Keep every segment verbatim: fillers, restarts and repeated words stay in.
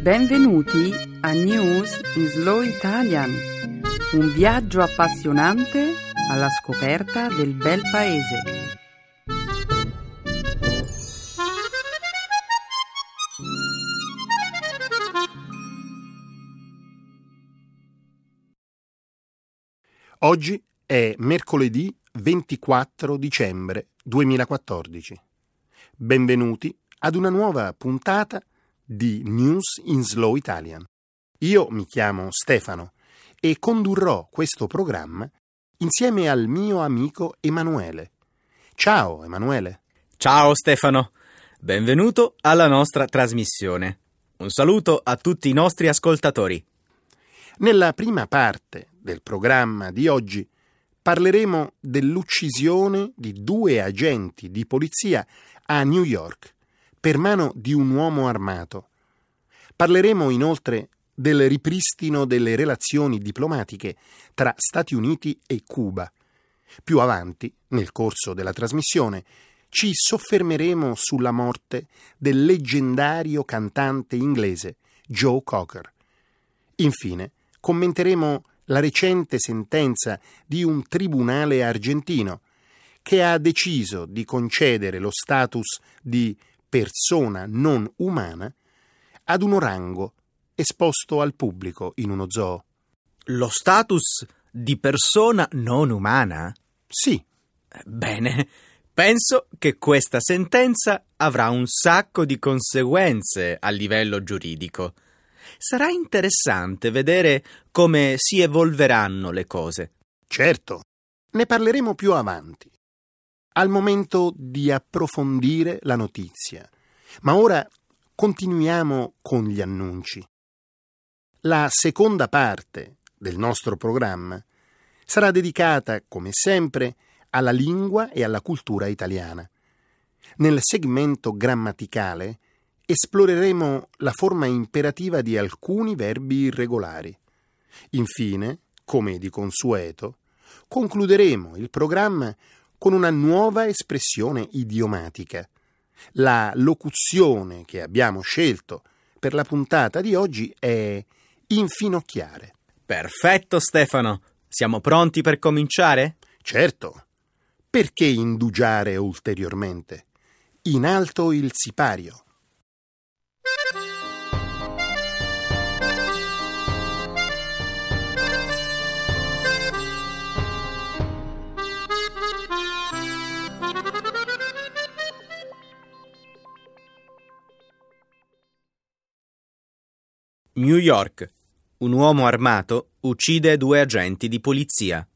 Benvenuti a News in Slow Italian, un viaggio appassionante alla scoperta del bel paese. Oggi è mercoledì ventiquattro dicembre duemilaquattordici. Benvenuti ad una nuova puntata di News in Slow Italian. Io mi chiamo Stefano e condurrò questo programma insieme al mio amico Emanuele. Ciao Emanuele. Ciao Stefano, benvenuto alla nostra trasmissione. Un saluto a tutti i nostri ascoltatori. Nella prima parte del programma di oggi parleremo dell'uccisione di due agenti di polizia a New York per mano di un uomo armato. Parleremo inoltre del ripristino delle relazioni diplomatiche tra Stati Uniti e Cuba. Più avanti, nel corso della trasmissione, ci soffermeremo sulla morte del leggendario cantante inglese Joe Cocker. Infine, commenteremo la recente sentenza di un tribunale argentino che ha deciso di concedere lo status di persona non umana ad un orango esposto al pubblico in uno zoo. Lo status di persona non umana? Sì. Bene, penso che questa sentenza avrà un sacco di conseguenze a livello giuridico. Sarà interessante vedere come si evolveranno le cose. Certo, ne parleremo più avanti. Al momento di approfondire la notizia. Ma ora continuiamo con gli annunci. La seconda parte del nostro programma sarà dedicata, come sempre, alla lingua e alla cultura italiana. Nel segmento grammaticale esploreremo la forma imperativa di alcuni verbi irregolari. Infine, come di consueto, concluderemo il programma con una nuova espressione idiomatica. La locuzione che abbiamo scelto per la puntata di oggi è infinocchiare. Perfetto, Stefano. Siamo pronti per cominciare? Certo. Perché indugiare ulteriormente? In alto il sipario. New York. Un uomo armato uccide due agenti di polizia.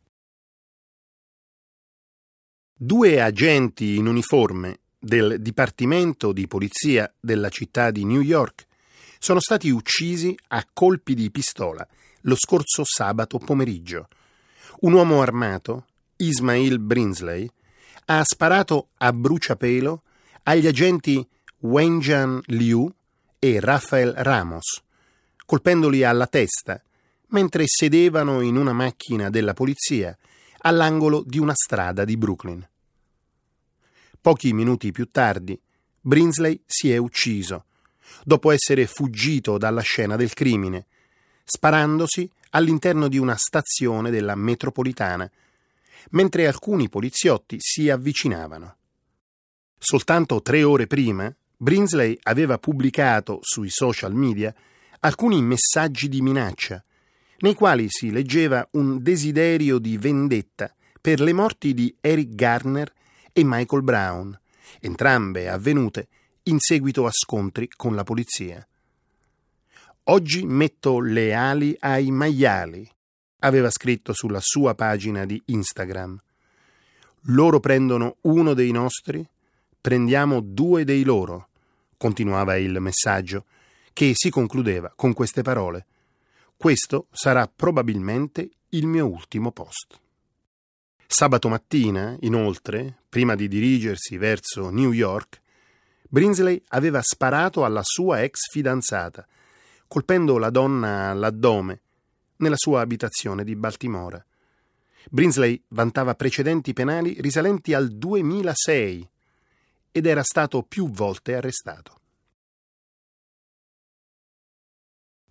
Due agenti in uniforme del Dipartimento di Polizia della città di New York sono stati uccisi a colpi di pistola lo scorso sabato pomeriggio. Un uomo armato, Ismail Brinsley, ha sparato a bruciapelo agli agenti Wenjian Liu e Rafael Ramos, colpendoli alla testa, mentre sedevano in una macchina della polizia all'angolo di una strada di Brooklyn. Pochi minuti più tardi, Brinsley si è ucciso, dopo essere fuggito dalla scena del crimine, sparandosi all'interno di una stazione della metropolitana, mentre alcuni poliziotti si avvicinavano. Soltanto tre ore prima, Brinsley aveva pubblicato sui social media alcuni messaggi di minaccia, nei quali si leggeva un desiderio di vendetta per le morti di Eric Garner e Michael Brown, entrambe avvenute in seguito a scontri con la polizia. Oggi metto le ali ai maiali, aveva scritto sulla sua pagina di Instagram. Loro prendono uno dei nostri, prendiamo due dei loro, continuava il messaggio, che si concludeva con queste parole: questo sarà probabilmente il mio ultimo post. Sabato mattina, inoltre, prima di dirigersi verso New York, Brinsley aveva sparato alla sua ex fidanzata, colpendo la donna all'addome nella sua abitazione di Baltimora. Brinsley vantava precedenti penali risalenti al duemilasei ed era stato più volte arrestato.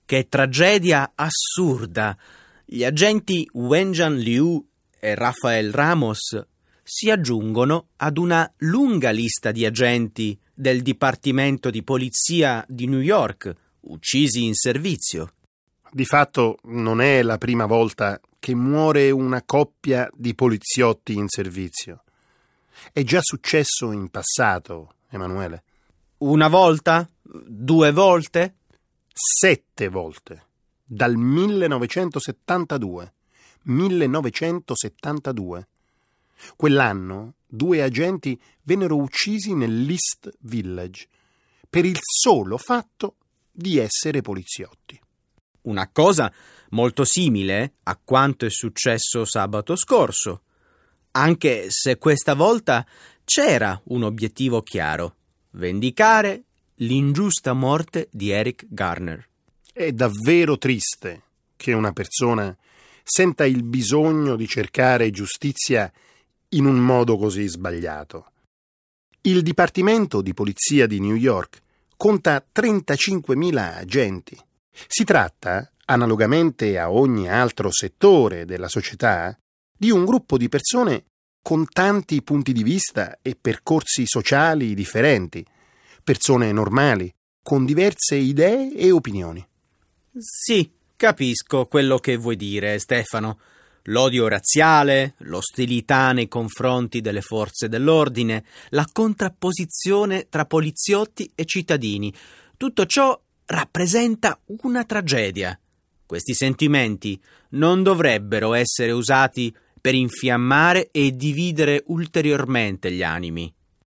che tragedia assurda! Gli agenti Wenjian Liu e Rafael Ramos si aggiungono ad una lunga lista di agenti del Dipartimento di Polizia di New York uccisi in servizio. Di fatto non è la prima volta che muore una coppia di poliziotti in servizio. È già successo in passato, Emanuele. Una volta? Due volte? Sette volte. Dal millenovecentosettantadue. millenovecentosettantadue. Quell'anno due agenti vennero uccisi nell'East Village per il solo fatto di essere poliziotti. Una cosa molto simile a quanto è successo sabato scorso, anche se questa volta c'era un obiettivo chiaro: vendicare l'ingiusta morte di Eric Garner. È davvero triste che una persona senta il bisogno di cercare giustizia in un modo così sbagliato. Il Dipartimento di Polizia di New York conta trentacinquemila agenti. Si tratta, analogamente a ogni altro settore della società, di un gruppo di persone con tanti punti di vista e percorsi sociali differenti, persone normali, con diverse idee e opinioni. Sì, capisco quello che vuoi dire, Stefano. L'odio razziale, l'ostilità nei confronti delle forze dell'ordine, la contrapposizione tra poliziotti e cittadini, tutto ciò rappresenta una tragedia. Questi sentimenti non dovrebbero essere usati per infiammare e dividere ulteriormente gli animi.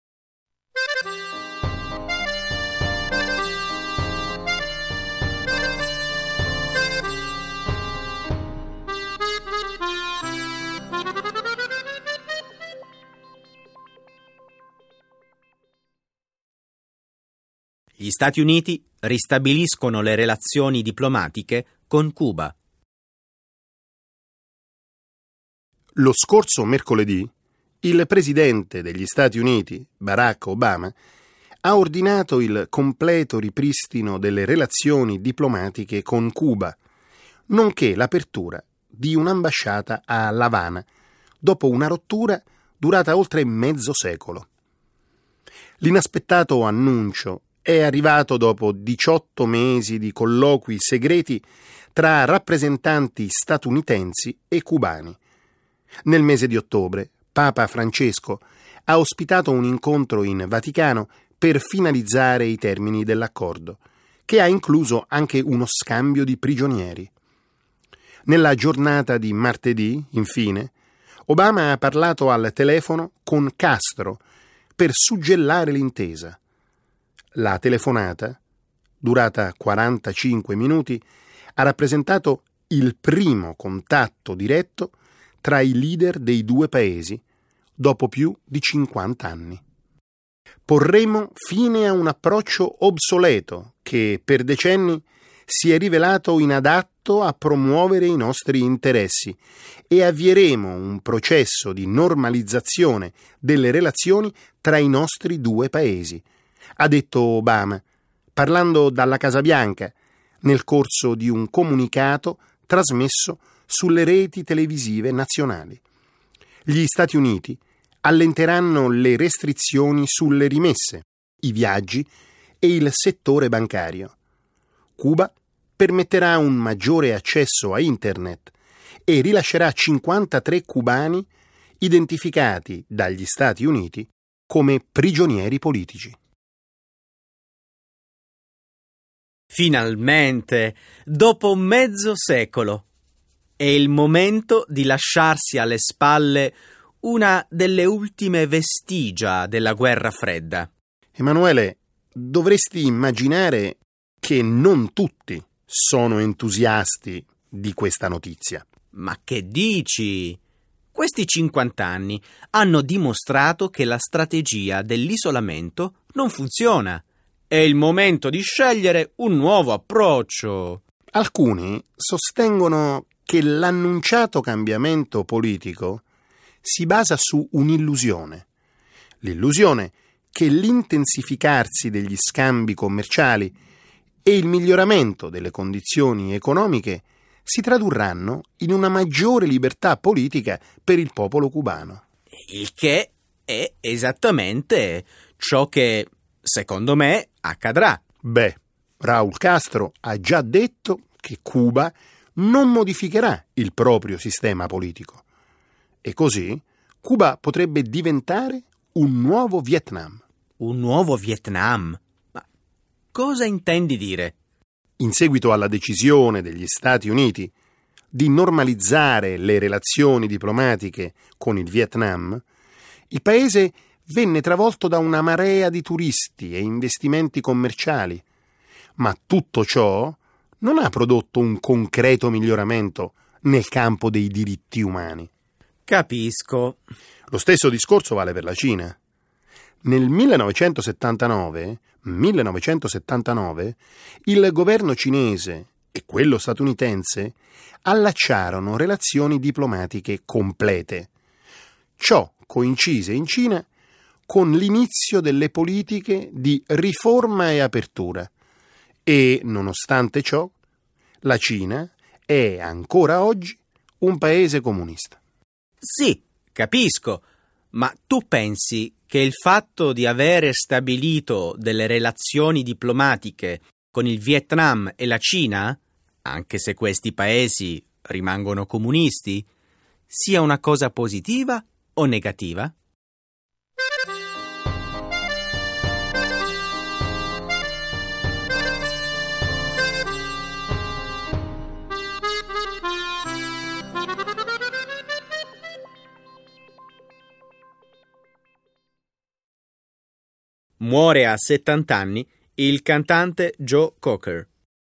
Gli Stati Uniti ristabiliscono le relazioni diplomatiche con Cuba. Lo scorso mercoledì, il presidente degli Stati Uniti, Barack Obama, ha ordinato il completo ripristino delle relazioni diplomatiche con Cuba, nonché l'apertura di un'ambasciata a L'Avana, dopo una rottura durata oltre mezzo secolo. L'inaspettato annuncio è arrivato dopo diciotto mesi di colloqui segreti tra rappresentanti statunitensi e cubani. Nel mese di ottobre, Papa Francesco ha ospitato un incontro in Vaticano per finalizzare i termini dell'accordo, che ha incluso anche uno scambio di prigionieri. Nella giornata di martedì, infine, Obama ha parlato al telefono con Castro per suggellare l'intesa. La telefonata, durata quarantacinque minuti, ha rappresentato il primo contatto diretto tra i leader dei due paesi dopo più di cinquanta anni. Porremo fine a un approccio obsoleto che per decenni si è rivelato inadatto a promuovere i nostri interessi e avvieremo un processo di normalizzazione delle relazioni tra i nostri due paesi, ha detto Obama, parlando dalla Casa Bianca nel corso di un comunicato trasmesso sulle reti televisive nazionali. Gli Stati Uniti allenteranno le restrizioni sulle rimesse, i viaggi e il settore bancario. Cuba permetterà un maggiore accesso a Internet e rilascerà cinquantatré cubani identificati dagli Stati Uniti come prigionieri politici. Finalmente, dopo mezzo secolo, è il momento di lasciarsi alle spalle una delle ultime vestigia della guerra fredda. Emanuele, dovresti immaginare che non tutti sono entusiasti di questa notizia. Ma che dici? Questi cinquanta anni hanno dimostrato che la strategia dell'isolamento non funziona. È il momento di scegliere un nuovo approccio. Alcuni sostengono che l'annunciato cambiamento politico si basa su un'illusione. L'illusione che l'intensificarsi degli scambi commerciali e il miglioramento delle condizioni economiche si tradurranno in una maggiore libertà politica per il popolo cubano. Il che è esattamente ciò che, secondo me, accadrà. Beh, Raúl Castro ha già detto che Cuba non modificherà il proprio sistema politico e così Cuba potrebbe diventare un nuovo Vietnam. Un nuovo Vietnam? Ma cosa intendi dire? In seguito alla decisione degli Stati Uniti di normalizzare le relazioni diplomatiche con il Vietnam, il paese venne travolto da una marea di turisti e investimenti commerciali, ma tutto ciò non ha prodotto un concreto miglioramento nel campo dei diritti umani. Capisco. Lo stesso discorso vale per la Cina. Nel millenovecentosettantanove, millenovecentosettantanove, il governo cinese e quello statunitense allacciarono relazioni diplomatiche complete. Ciò coincise in Cina con l'inizio delle politiche di riforma e apertura e, nonostante ciò, la Cina è ancora oggi un paese comunista. Sì, capisco, ma tu pensi che il fatto di avere stabilito delle relazioni diplomatiche con il Vietnam e la Cina, anche se questi paesi rimangono comunisti, sia una cosa positiva o negativa? Muore a settanta anni il cantante Joe Cocker.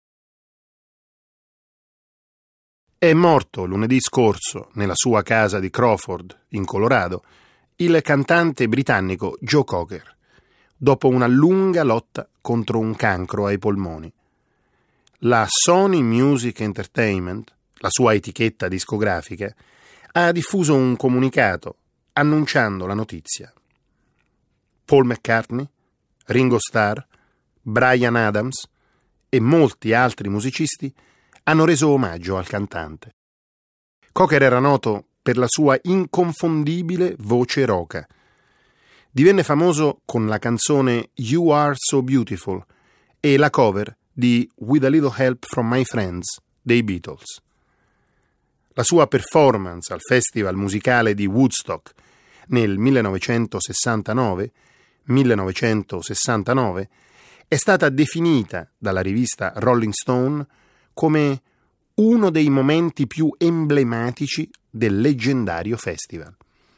È morto lunedì scorso nella sua casa di Crawford, in Colorado, il cantante britannico Joe Cocker, dopo una lunga lotta contro un cancro ai polmoni. La Sony Music Entertainment, la sua etichetta discografica, ha diffuso un comunicato annunciando la notizia. Paul McCartney, Ringo Starr, Bryan Adams e molti altri musicisti hanno reso omaggio al cantante. Cocker era noto per la sua inconfondibile voce roca. Divenne famoso con la canzone You Are So Beautiful e la cover di With a Little Help from My Friends dei Beatles. La sua performance al Festival musicale di Woodstock nel millenovecentosessantanove millenovecentosessantanove è stata definita dalla rivista Rolling Stone come uno dei momenti più emblematici del leggendario festival.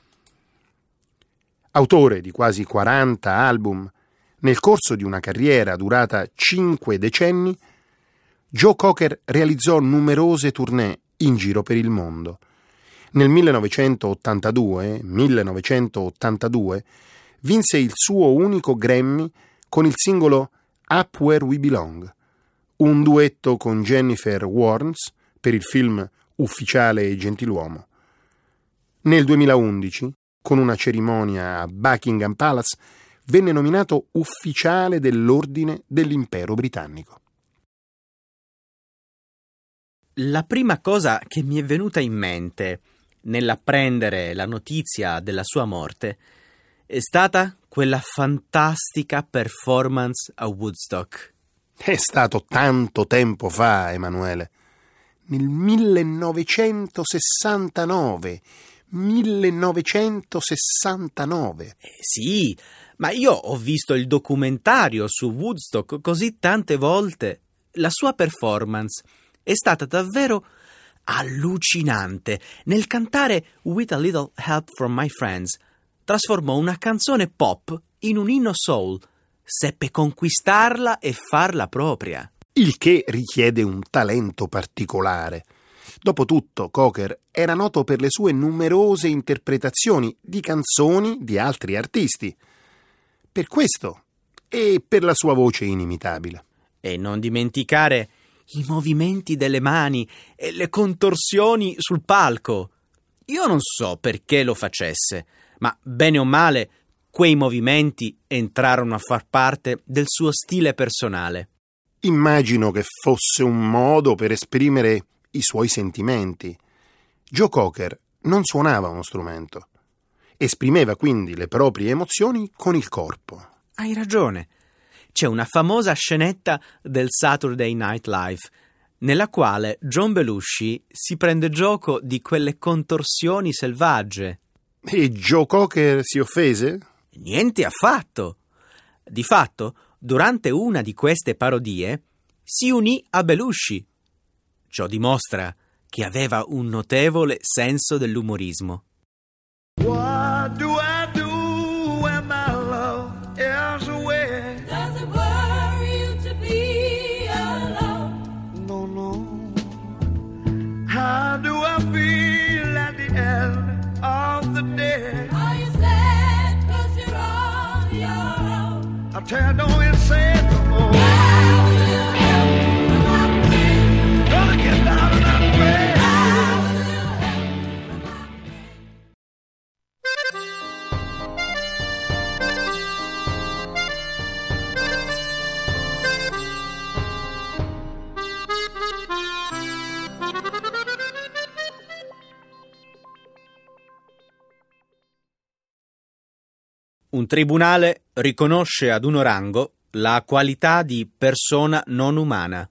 Autore di quasi quaranta album, nel corso di una carriera durata cinque decenni, Joe Cocker realizzò numerose tournée in giro per il mondo. Nel millenovecentottantadue millenovecentottantadue vinse il suo unico Grammy con il singolo Up Where We Belong, un duetto con Jennifer Warnes per il film Ufficiale e Gentiluomo. Nel duemilaundici, con una cerimonia a Buckingham Palace, venne nominato ufficiale dell'Ordine dell'Impero Britannico. La prima cosa che mi è venuta in mente nell'apprendere la notizia della sua morte è stata quella fantastica performance a Woodstock. È stato tanto tempo fa, Emanuele. Nel millenovecentosessantanove. millenovecentosessantanove. Eh, sì, ma io ho visto il documentario su Woodstock così tante volte. La sua performance è stata davvero allucinante. Nel cantare With a Little Help from My Friends, trasformò una canzone pop in un inno soul. Seppe conquistarla e farla propria. Il che richiede un talento particolare. Dopotutto, Cocker era noto per le sue numerose interpretazioni di canzoni di altri artisti. Per questo e per la sua voce inimitabile. E non dimenticare i movimenti delle mani e le contorsioni sul palco. Io non so perché lo facesse, ma bene o male quei movimenti entrarono a far parte del suo stile personale. Immagino che fosse un modo per esprimere i suoi sentimenti. Joe Cocker non suonava uno strumento. Esprimeva quindi le proprie emozioni con il corpo. Hai ragione. C'è una famosa scenetta del Saturday Night Live nella quale John Belushi si prende gioco di quelle contorsioni selvagge. E Joe Cocker si offese? Niente affatto. Di fatto, durante una di queste parodie, si unì a Belushi. Ciò dimostra che aveva un notevole senso dell'umorismo. What do I do when my love is away? Does it worry you to be alone? No, no. How do I feel at the end of the day? Are you sad 'cause you're on your own? I tell you, don't you say it no more. How will you help when I'm free? Gonna get down on that bed. How will you help when I'm Un tribunale riconosce ad un orango la qualità di persona non umana.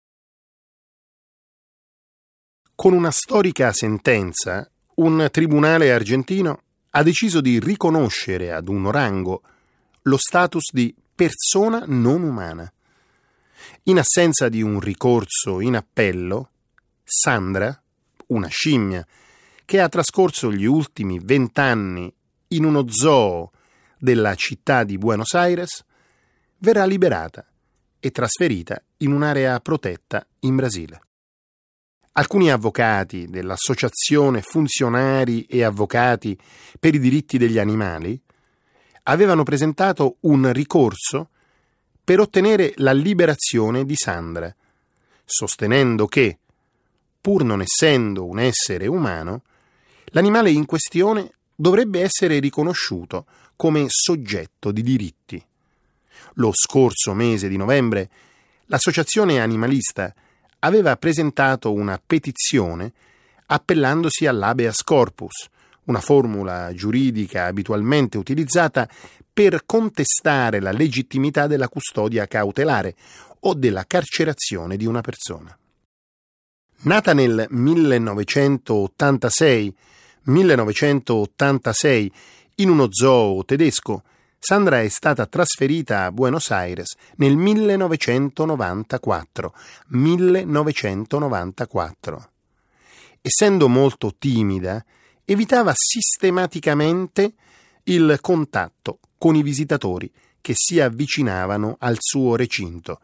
Con una storica sentenza, un tribunale argentino ha deciso di riconoscere ad un orango lo status di persona non umana. In assenza di un ricorso in appello, Sandra, una scimmia che ha trascorso gli ultimi vent'anni in uno zoo della città di Buenos Aires, verrà liberata e trasferita in un'area protetta in Brasile. Alcuni avvocati dell'Associazione Funzionari e Avvocati per i diritti degli animali avevano presentato un ricorso per ottenere la liberazione di Sandra, sostenendo che, pur non essendo un essere umano, l'animale in questione dovrebbe essere riconosciuto come soggetto di diritti. Lo scorso mese di novembre, l'associazione animalista aveva presentato una petizione appellandosi all'habeas corpus, una formula giuridica abitualmente utilizzata per contestare la legittimità della custodia cautelare o della carcerazione di una persona. Nata nel millenovecentottantasei, millenovecentottantasei in uno zoo tedesco, Sandra è stata trasferita a Buenos Aires nel millenovecentonovantaquattro. millenovecentonovantaquattro. Essendo molto timida, evitava sistematicamente il contatto con i visitatori che si avvicinavano al suo recinto.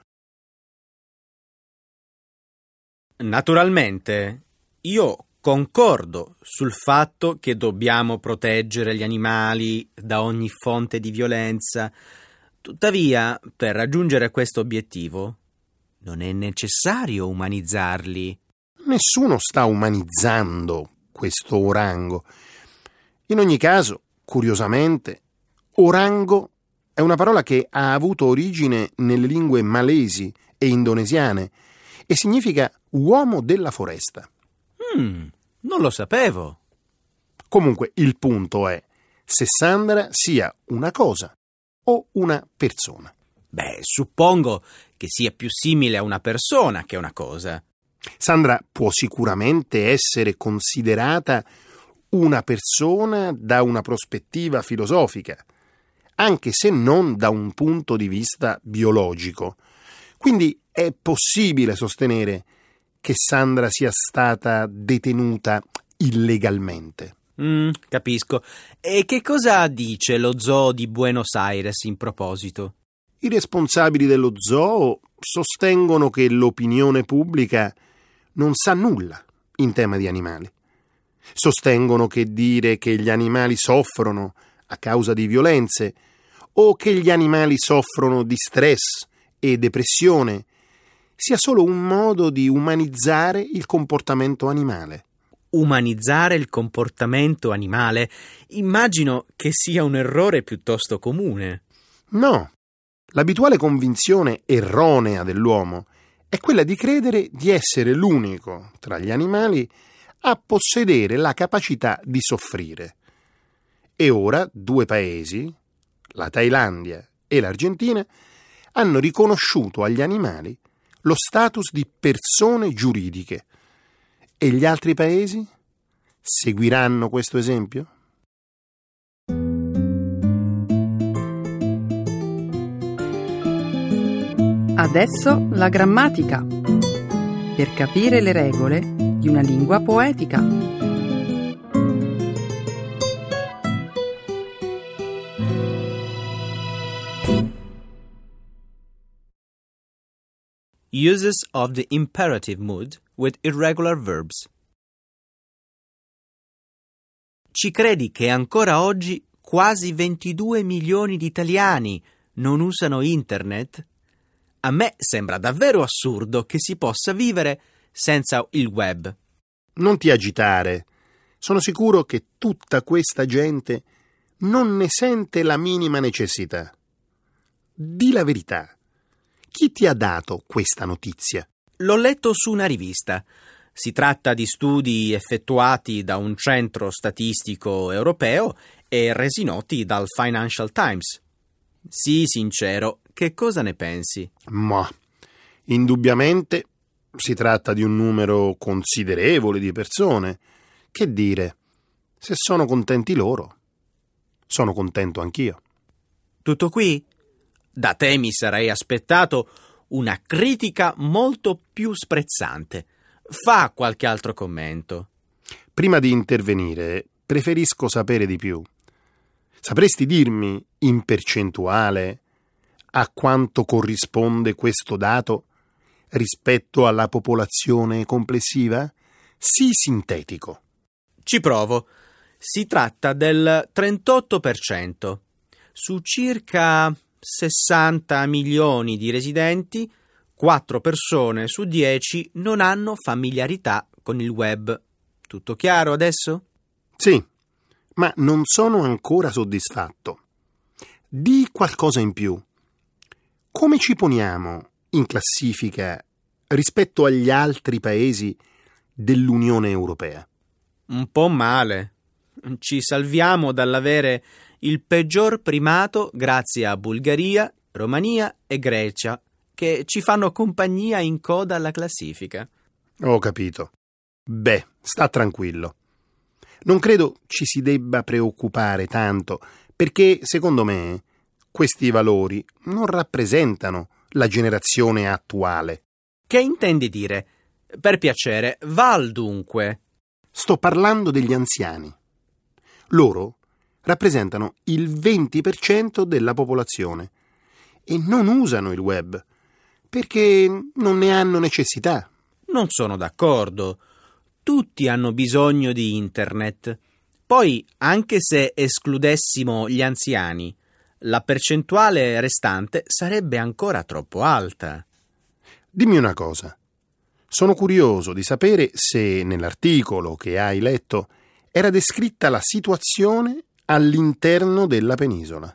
Naturalmente, io concordo sul fatto che dobbiamo proteggere gli animali da ogni fonte di violenza. Tuttavia, per raggiungere questo obiettivo, non è necessario umanizzarli. Nessuno sta umanizzando questo orango. In ogni caso, curiosamente, orango è una parola che ha avuto origine nelle lingue malesi e indonesiane e significa uomo della foresta. Mm, non lo sapevo. Comunque, il punto è se Sandra sia una cosa o una persona. Beh, suppongo che sia più simile a una persona che a una cosa. Sandra può sicuramente essere considerata una persona da una prospettiva filosofica, anche se non da un punto di vista biologico. Quindi è possibile sostenere che Sandra sia stata detenuta illegalmente. Mm, capisco. E che cosa dice lo zoo di Buenos Aires in proposito? I responsabili dello zoo sostengono che l'opinione pubblica non sa nulla in tema di animali. Sostengono che dire che gli animali soffrono a causa di violenze o che gli animali soffrono di stress e depressione sia solo un modo di umanizzare il comportamento animale. Umanizzare il comportamento animale? Immagino che sia un errore piuttosto comune. No, L'abituale convinzione erronea dell'uomo è quella di credere di essere l'unico tra gli animali a possedere la capacità di soffrire. E ora due paesi, la Thailandia e l'Argentina, hanno riconosciuto agli animali lo status di persone giuridiche. E gli altri paesi seguiranno questo esempio? Adesso la grammatica, per capire le regole di una lingua poetica. Uses of the imperative mood with irregular verbs. Ci credi che ancora oggi quasi ventidue milioni di italiani non usano internet? A me sembra davvero assurdo che si possa vivere senza il web. Non ti agitare. Sono sicuro che tutta questa gente non ne sente la minima necessità. Di la verità. Chi ti ha dato questa notizia? L'ho letto su una rivista. Si tratta di studi effettuati da un centro statistico europeo e resi noti dal Financial Times. Sii sincero, che cosa ne pensi? Ma, indubbiamente, si tratta di un numero considerevole di persone. Che dire, se sono contenti loro, sono contento anch'io. Tutto qui? Da te mi sarei aspettato una critica molto più sprezzante. Fa qualche altro commento. Prima di intervenire, preferisco sapere di più. Sapresti dirmi, in percentuale, a quanto corrisponde questo dato rispetto alla popolazione complessiva? Sii sintetico. Ci provo. Si tratta del trentotto per cento. Su circa sessanta milioni di residenti, quattro persone su dieci non hanno familiarità con il web. Tutto chiaro adesso? Sì, ma non sono ancora soddisfatto. Di qualcosa in più. Come ci poniamo in classifica rispetto agli altri paesi dell'Unione Europea? Un po' male. Ci salviamo dall'avere il peggior primato grazie a Bulgaria, Romania e Grecia, che ci fanno compagnia in coda alla classifica. Ho capito. Beh, sta tranquillo. Non credo ci si debba preoccupare tanto, perché, secondo me, questi valori non rappresentano la generazione attuale. Che intendi dire? Per piacere, va al dunque. Sto parlando degli anziani. Loro rappresentano il venti per cento della popolazione e non usano il web perché non ne hanno necessità. Non sono d'accordo. Tutti hanno bisogno di internet. Poi, anche se escludessimo gli anziani, la percentuale restante sarebbe ancora troppo alta. Dimmi una cosa. Sono curioso di sapere se nell'articolo che hai letto era descritta la situazione all'interno della penisola.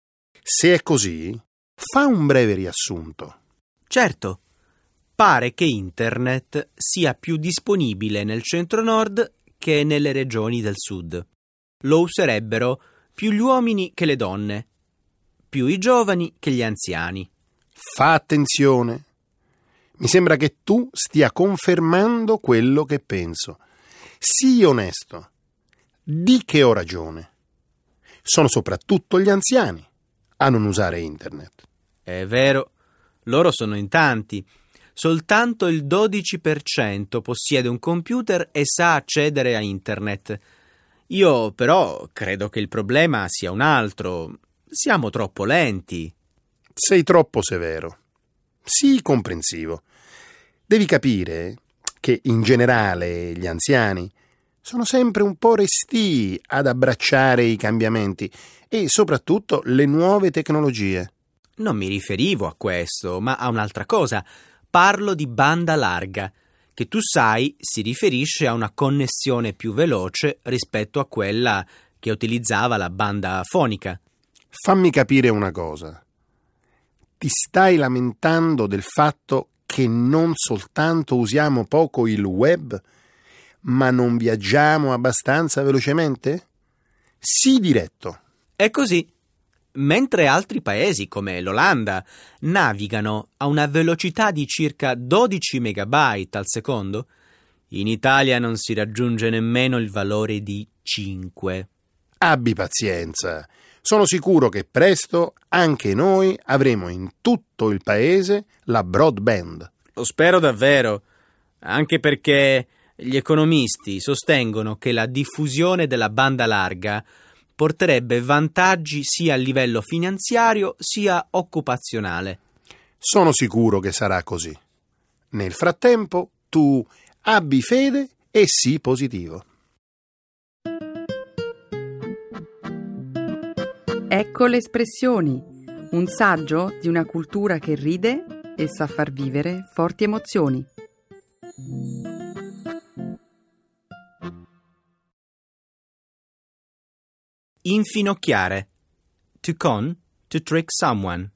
Se è così, fa un breve riassunto. Certo, pare che internet sia più disponibile nel centro-nord che nelle regioni del sud. Lo userebbero più gli uomini che le donne, più i giovani che gli anziani. Fa attenzione. Mi sembra che tu stia confermando quello che penso. Sii onesto. Di che ho ragione. Sono soprattutto gli anziani a non usare internet. È vero, loro sono in tanti. Soltanto il dodici per cento possiede un computer e sa accedere a internet. Io però credo che il problema sia un altro. Siamo troppo lenti. Sei troppo severo. Sii comprensivo. Devi capire che in generale gli anziani sono sempre un po' restii ad abbracciare i cambiamenti e soprattutto le nuove tecnologie. Non mi riferivo a questo, ma a un'altra cosa. Parlo di banda larga, che tu sai si riferisce a una connessione più veloce rispetto a quella che utilizzava la banda fonica. Fammi capire una cosa. Ti stai lamentando del fatto che non soltanto usiamo poco il web, ma non viaggiamo abbastanza velocemente? Sii diretto. È così. Mentre altri paesi, come l'Olanda, navigano a una velocità di circa dodici megabyte al secondo, in Italia non si raggiunge nemmeno il valore di cinque. Abbi pazienza. Sono sicuro che presto anche noi avremo in tutto il paese la broadband. Lo spero davvero, anche perché gli economisti sostengono che la diffusione della banda larga porterebbe vantaggi sia a livello finanziario sia occupazionale. Sono sicuro che sarà così. Nel frattempo, tu abbi fede e sii positivo. Ecco le espressioni, un saggio di una cultura che ride e sa far vivere forti emozioni. Infinocchiare. To con, to trick someone.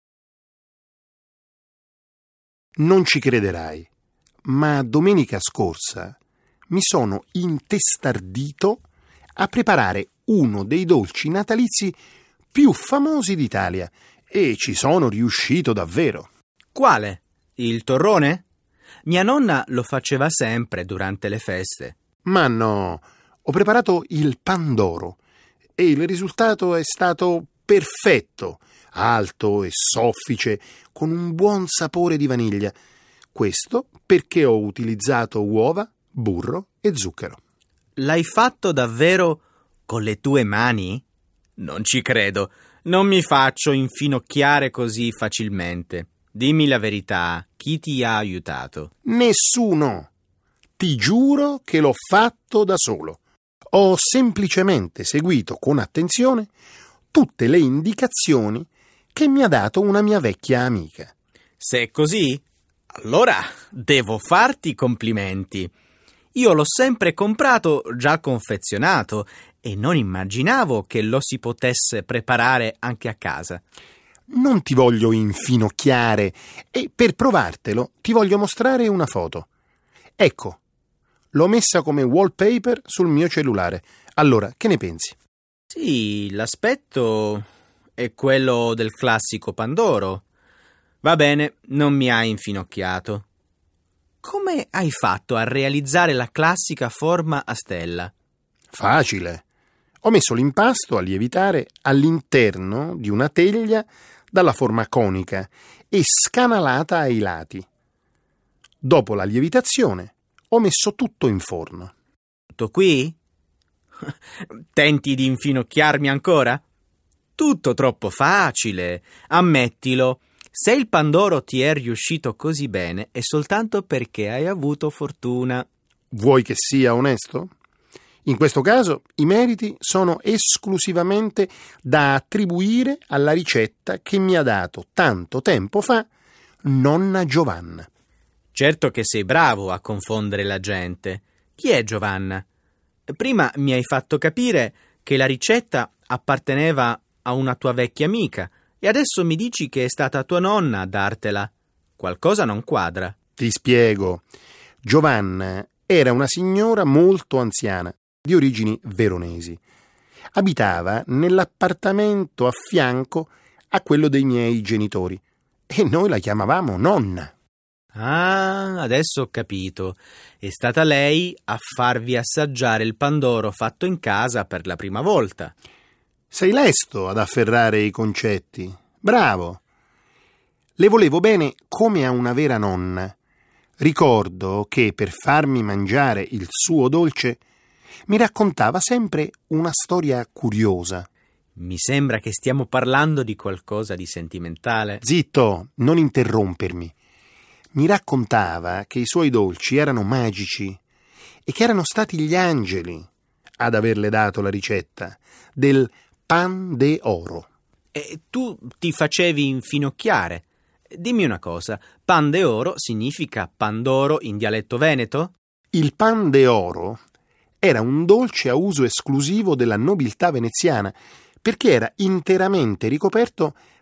Non ci crederai, ma domenica scorsa mi sono intestardito a preparare uno dei dolci natalizi più famosi d'Italia e ci sono riuscito davvero. Quale? Il torrone? Mia nonna lo faceva sempre durante le feste. Ma no, ho preparato il pandoro e il risultato è stato perfetto, alto e soffice, con un buon sapore di vaniglia. Questo perché ho utilizzato uova, burro e zucchero. L'hai fatto davvero con le tue mani? Non ci credo. Non mi faccio infinocchiare così facilmente. Dimmi la verità, chi ti ha aiutato? Nessuno. Ti giuro che l'ho fatto da solo. Ho semplicemente seguito con attenzione tutte le indicazioni che mi ha dato una mia vecchia amica. Se è così, allora devo farti complimenti. Io l'ho sempre comprato già confezionato e non immaginavo che lo si potesse preparare anche a casa. Non ti voglio infinocchiare e per provartelo ti voglio mostrare una foto. Ecco, l'ho messa come wallpaper sul mio cellulare. Allora, che ne pensi? Sì, l'aspetto è quello del classico pandoro. Va bene, non mi hai infinocchiato. Come hai fatto a realizzare la classica forma a stella? Facile. Ho messo l'impasto a lievitare all'interno di una teglia dalla forma conica e scanalata ai lati. Dopo la lievitazione ho messo tutto in forno. Tutto qui? Tenti di infinocchiarmi ancora? Tutto troppo facile, ammettilo. Se il pandoro ti è riuscito così bene è soltanto perché hai avuto fortuna. Vuoi che sia onesto? In questo caso i meriti sono esclusivamente da attribuire alla ricetta che mi ha dato tanto tempo fa nonna Giovanna. Certo che sei bravo a confondere la gente. Chi è Giovanna? Prima mi hai fatto capire che la ricetta apparteneva a una tua vecchia amica e adesso mi dici che è stata tua nonna a dartela. Qualcosa non quadra. Ti spiego. Giovanna era una signora molto anziana, di origini veronesi. Abitava nell'appartamento a fianco a quello dei miei genitori e noi la chiamavamo nonna. Ah, adesso ho capito. È stata lei a farvi assaggiare il pandoro fatto in casa per la prima volta. Sei lesto ad afferrare i concetti. Bravo. Le volevo bene come a una vera nonna. Ricordo che per farmi mangiare il suo dolce mi raccontava sempre una storia curiosa. Mi sembra che stiamo parlando di qualcosa di sentimentale. Zitto, non interrompermi. Mi raccontava che i suoi dolci erano magici e che erano stati gli angeli ad averle dato la ricetta del pan de oro. E tu ti facevi infinocchiare. Dimmi una cosa, pan de oro significa pandoro in dialetto veneto? Il pan de oro era un dolce a uso esclusivo della nobiltà veneziana perché era interamente ricoperto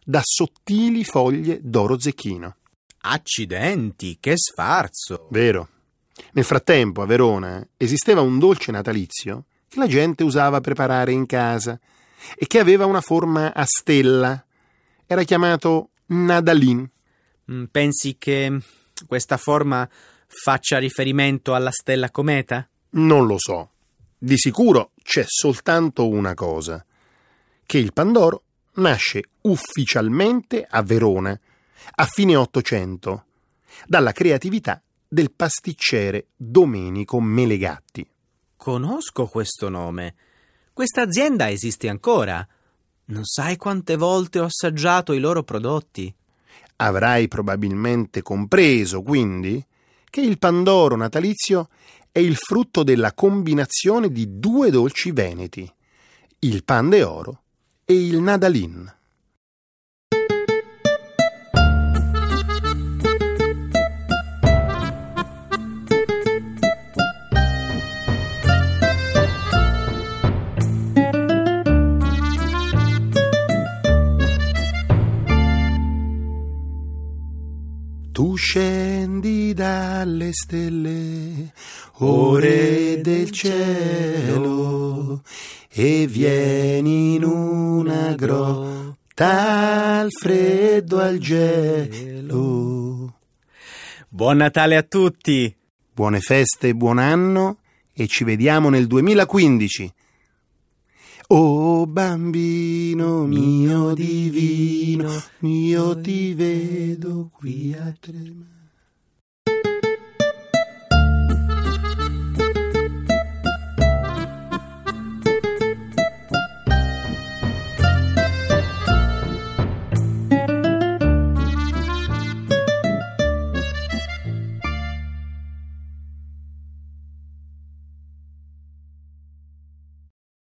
da sottili foglie d'oro zecchino. Accidenti, che sfarzo! Vero. Nel frattempo, a Verona, esisteva un dolce natalizio che la gente usava preparare in casa e che aveva una forma a stella. Era chiamato Nadalin. Pensi che questa forma faccia riferimento alla stella cometa? Non lo so. Di sicuro c'è soltanto una cosa: che il Pandoro nasce ufficialmente a Verona a fine Ottocento dalla creatività del pasticcere Domenico Melegatti. Conosco questo nome. Questa azienda esiste ancora. Non sai quante volte ho assaggiato i loro prodotti. Avrai probabilmente compreso, quindi, che il Pandoro natalizio è il frutto della combinazione di due dolci veneti, il Pan de Oro e il Nadalin. Tu scendi dalle stelle, ore del cielo, e vieni in una grotta al freddo, al gelo. Buon Natale a tutti! Buone feste e buon anno, e ci vediamo nel duemilaquindici. Oh bambino mio divino, io ti vedo qui a tremare.